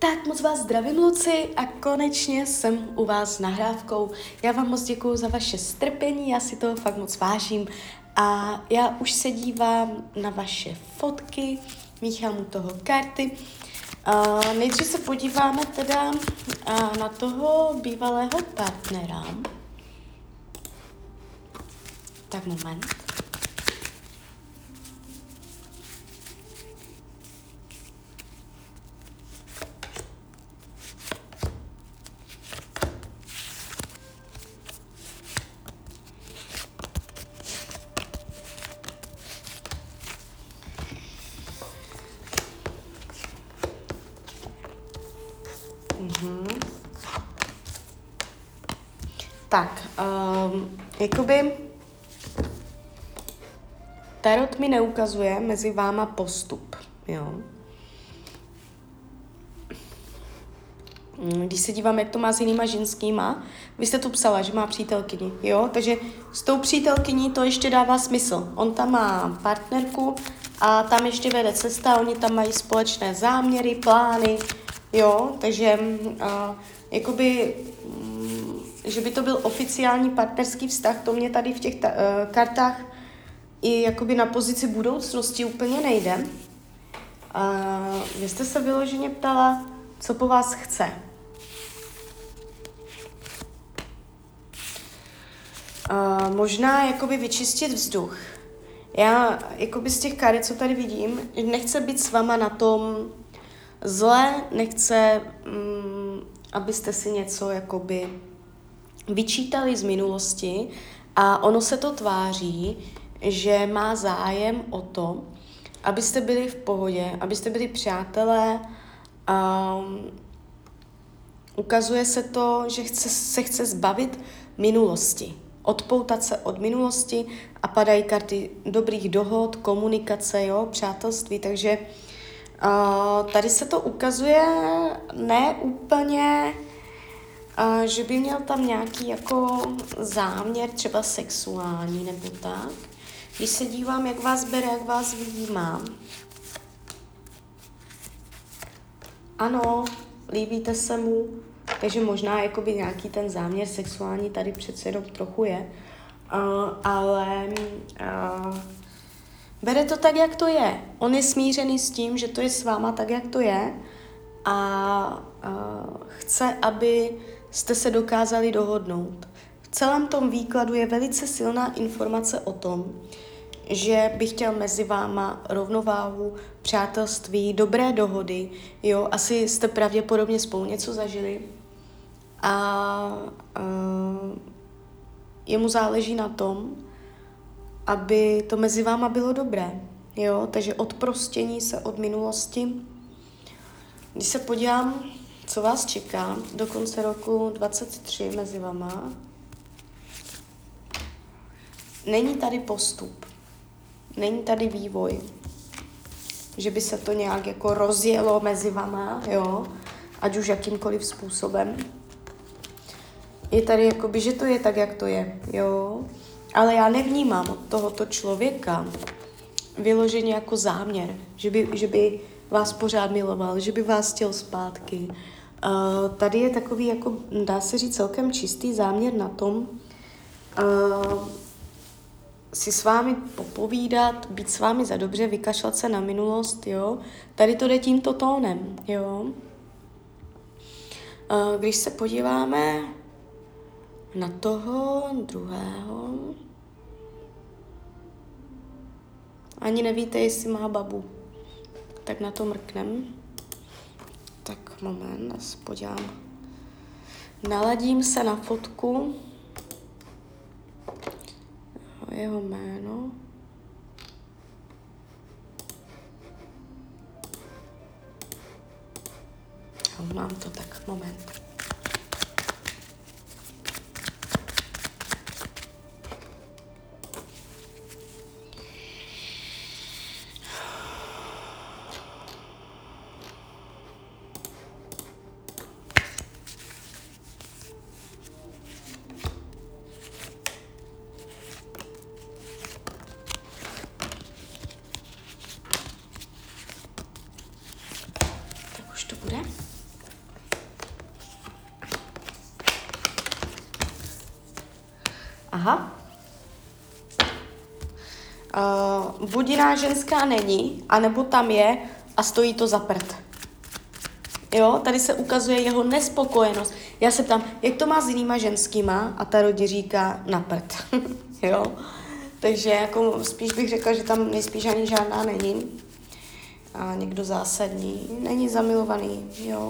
Tak moc vás zdravím, Luci, a konečně jsem u vás s nahrávkou. Já vám moc děkuju za vaše strpení, já si toho fakt moc vážím. A já už se dívám na vaše fotky, míchám u toho karty. Nejdřív se podíváme teda na toho bývalého partnera. Tak moment. Tak, jakoby tarot mi neukazuje mezi váma postup, jo. Když se dívám, jak to má s jinýma ženskýma, vy jste tu psala, že má přítelkyni, jo, takže s tou přítelkyní to ještě dává smysl. On tam má partnerku a tam ještě vede cesta, oni tam mají společné záměry, plány, jo, takže jakoby, že by to byl oficiální partnerský vztah, to mě tady v těch kartách i jakoby na pozici budoucnosti úplně nejde. Vy jste se vyloženě ptala, co po vás chce. Možná jakoby vyčistit vzduch. Já jakoby z těch karet, co tady vidím, nechce být s váma na tom zle, nechce, abyste si něco jakoby vyčítali z minulosti, a ono se to tváří, že má zájem o to, abyste byli v pohodě, abyste byli přátelé. Ukazuje se to, že se chce zbavit minulosti, odpoutat se od minulosti, a padají karty dobrých dohod, komunikace, jo, přátelství, takže tady se to ukazuje ne úplně, že by měl tam nějaký jako záměr, třeba sexuální nebo tak. Když se dívám, jak vás bere, jak vás vnímá. Ano, líbíte se mu, takže možná jakoby nějaký ten záměr sexuální tady přece jenom trochu je, ale bere to tak, jak to je. On je smířený s tím, že to je s váma tak, jak to je, a chce, aby jste se dokázali dohodnout. V celém tom výkladu je velice silná informace o tom, že by chtěl mezi váma rovnováhu, přátelství, dobré dohody, jo, asi jste pravděpodobně spolu něco zažili a jemu záleží na tom, aby to mezi váma bylo dobré, jo, takže odprostění se od minulosti. Když se podívám, co vás čeká do konce roku 2023 mezi váma, není tady postup, není tady vývoj, že by se to nějak jako rozjelo mezi váma, jo, ať už jakýmkoliv způsobem. Je tady jakoby, že to je tak, jak to je, jo, ale já nevnímám od tohoto člověka vyloženě jako záměr, že by vás pořád miloval, že by vás chtěl zpátky. Tady je takový, jako dá se říct, celkem čistý záměr na tom, si s vámi popovídat, být s vámi za dobře, vykašlat se na minulost, jo. Tady to jde tímto tónem, jo. Když se podíváme na toho druhého, ani nevíte, jestli má babu, tak na to mrknem. Tak moment, já se podívám. Naladím se na fotku. Jeho jméno. Mám to, tak moment. Tak už to bude. Aha. Buď jiná ženská není, anebo tam je a stojí to za prd. Jo, tady se ukazuje jeho nespokojenost. Já se ptám, jak to má s jinýma ženskýma? A ta Rodi říká na prd. Jo, takže jako spíš bych řekla, že tam nejspíš ani žádná není. A někdo zásadní, není zamilovaný, jo.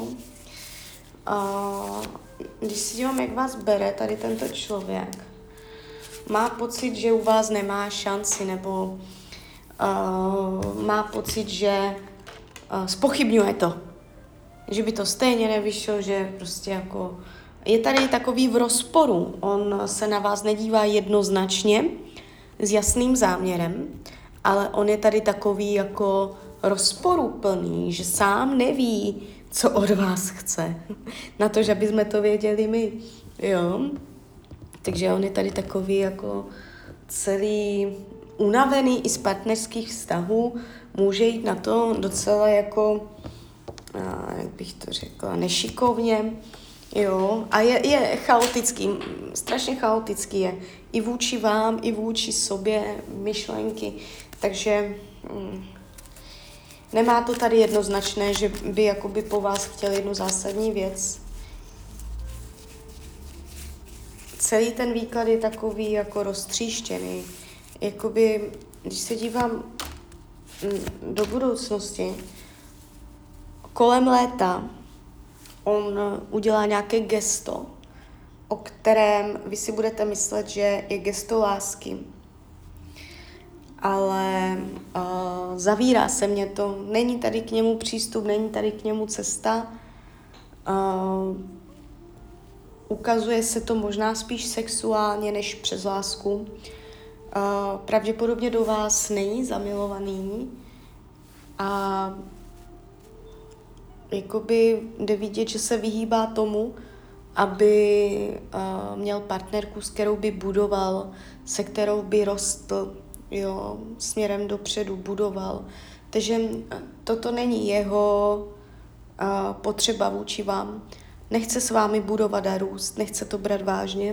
Když si dívám, jak vás bere tady tento člověk, má pocit, že u vás nemá šanci, nebo má pocit, že zpochybňuje to. Že by to stejně nevyšlo, že prostě jako je tady takový v rozporu. On se na vás nedívá jednoznačně s jasným záměrem, ale on je tady takový jako rozporuplný, že sám neví, co od vás chce. Na to, že by jsme to věděli my. Jo? Takže on je tady takový jako celý unavený i z partnerských vztahů. Může jít na to docela jako, jak bych to řekla, nešikovně. Jo? A je chaotický, strašně chaotický je. I vůči vám, i vůči sobě myšlenky. Takže nemá to tady jednoznačné, že by jakoby po vás chtěl jednu zásadní věc. Celý ten výklad je takový jako roztříštěný. Jakoby, když se dívám do budoucnosti, kolem léta on udělá nějaké gesto, o kterém vy si budete myslet, že je gesto lásky. Ale zavírá se mě to. Není tady k němu přístup, není tady k němu cesta. Ukazuje se to možná spíš sexuálně, než přes lásku. Pravděpodobně do vás není zamilovaný a jakoby jde vidět, že se vyhýbá tomu, aby měl partnerku, s kterou by budoval, se kterou by rostl, jo, směrem dopředu budoval. Takže toto není jeho potřeba vůči vám. Nechce s vámi budovat a růst, nechce to brát vážně.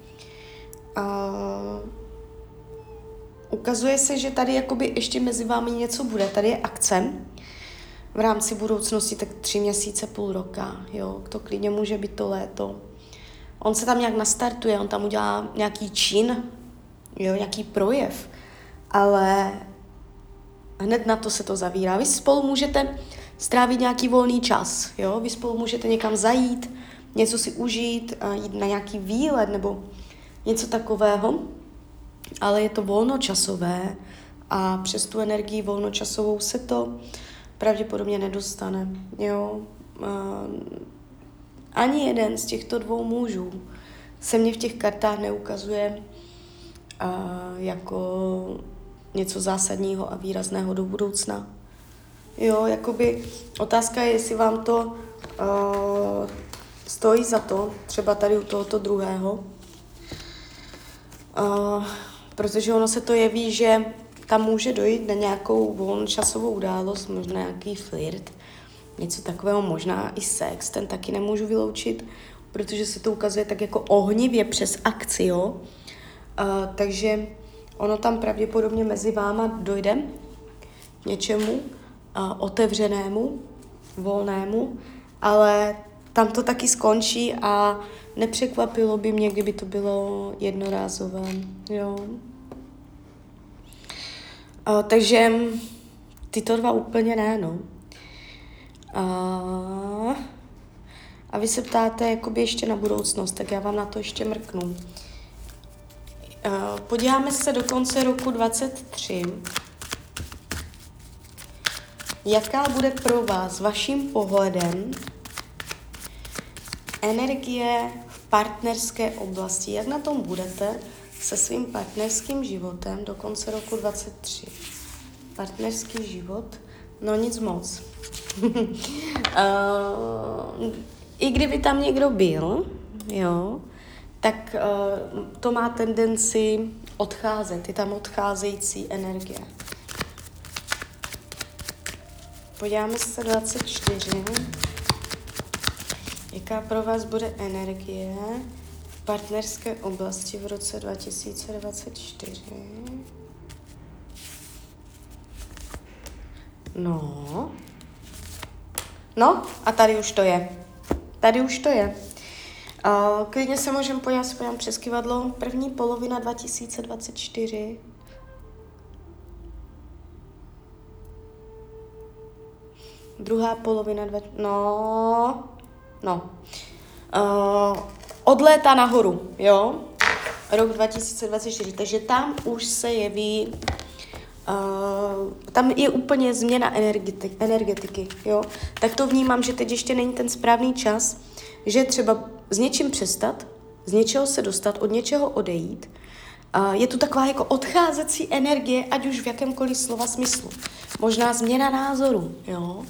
Ukazuje se, že tady jakoby ještě mezi vámi něco bude. Tady je akce v rámci budoucnosti, tak 3 měsíce, půl roka. Jo, to klidně může být to léto. On se tam nějak nastartuje, on tam udělá nějaký čin, jo, nějaký projev, ale hned na to se to zavírá. Vy spolu můžete strávit nějaký volný čas, jo, vy spolu můžete někam zajít, něco si užít, jít na nějaký výlet nebo něco takového, ale je to volnočasové a přes tu energii volnočasovou se to pravděpodobně nedostane, jo. Ani jeden z těchto 2 mužů se mně v těch kartách neukazuje jako něco zásadního a výrazného do budoucna. Jo, jakoby otázka je, jestli vám to stojí za to, třeba tady u tohoto druhého, protože ono se to jeví, že tam může dojít na nějakou volnočasovou událost, možná nějaký flirt, něco takového, možná i sex, ten taky nemůžu vyloučit, protože se to ukazuje tak jako ohnivě přes akci, jo. Takže ono tam pravděpodobně mezi váma dojde k něčemu otevřenému, volnému, ale tam to taky skončí a nepřekvapilo by mě, kdyby to bylo jednorázové, jo. Takže tyto 2 úplně ne, no. A vy se ptáte jakoby ještě na budoucnost, tak já vám na to ještě mrknu. Podíváme se do konce roku 2023. Jaká bude pro vás vaším pohledem energie v partnerské oblasti? Jak na tom budete se svým partnerským životem do konce roku 2023? Partnerský život? No nic moc. I kdyby tam někdo byl, jo, tak to má tendenci odcházet. Je tam odcházející energie. Podíváme se 24. Jaká pro vás bude energie v partnerské oblasti v roce 2024. No, a tady už to je. Klidně se můžeme podívat přes kyvadlo. První polovina 2024. Druhá polovina, od léta nahoru, jo? Rok 2024, takže tam už se jeví, tam je úplně změna energetiky, jo? Tak to vnímám, že teď ještě není ten správný čas, že třeba s něčím přestat, z něčeho se dostat, od něčeho odejít. Je tu taková jako odcházecí energie, ať už v jakémkoliv slova smyslu. Možná změna názoru, jo?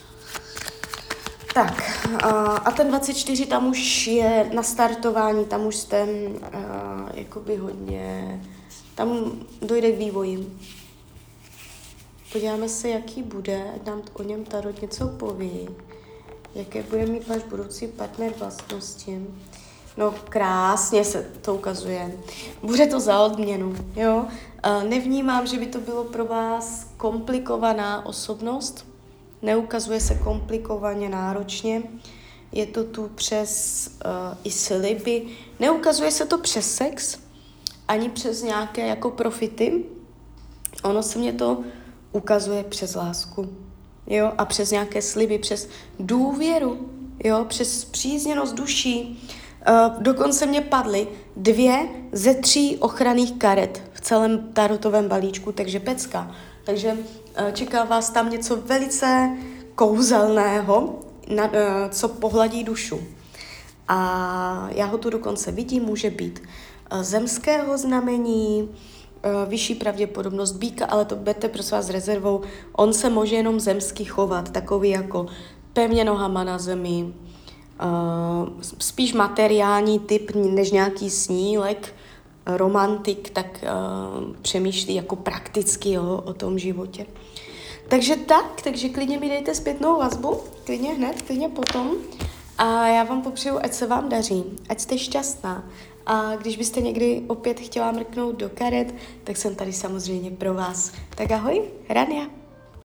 Tak, a ten 24 tam už je na startování, tam už jste jakoby hodně, tam dojde k vývoji. Podíváme se, jaký bude, ať nám o něm Tarot něco poví. Jaké bude mít váš budoucí partner vlastnosti. No krásně se to ukazuje. Bude to za odměnu, jo. Nevnímám, že by to bylo pro vás komplikovaná osobnost. Neukazuje se komplikovaně, náročně. Je to tu přes i sliby. Neukazuje se to přes sex, ani přes nějaké jako profity. Ono se mě to ukazuje přes lásku. Jo? A přes nějaké sliby, přes důvěru, jo? Přes přízněnost duší. Dokonce mě padly 2 ze 3 ochranných karet v celém tarotovém balíčku, takže pecka. Takže čeká vás tam něco velice kouzelného, co pohladí dušu. A já ho tu dokonce vidím, může být zemského znamení, vyšší pravděpodobnost býka, ale to berte prosím vás s rezervou. On se může jenom zemsky chovat, takový jako pevně nohama na zemi, spíš materiální typ než nějaký snílek, romantik, tak přemýšlí jako prakticky, jo, o tom životě. Takže klidně mi dejte zpětnou vazbu, klidně hned, klidně potom. A já vám popřeju, ať se vám daří, ať jste šťastná. A když byste někdy opět chtěla mrknout do karet, tak jsem tady samozřejmě pro vás. Tak ahoj, Rania.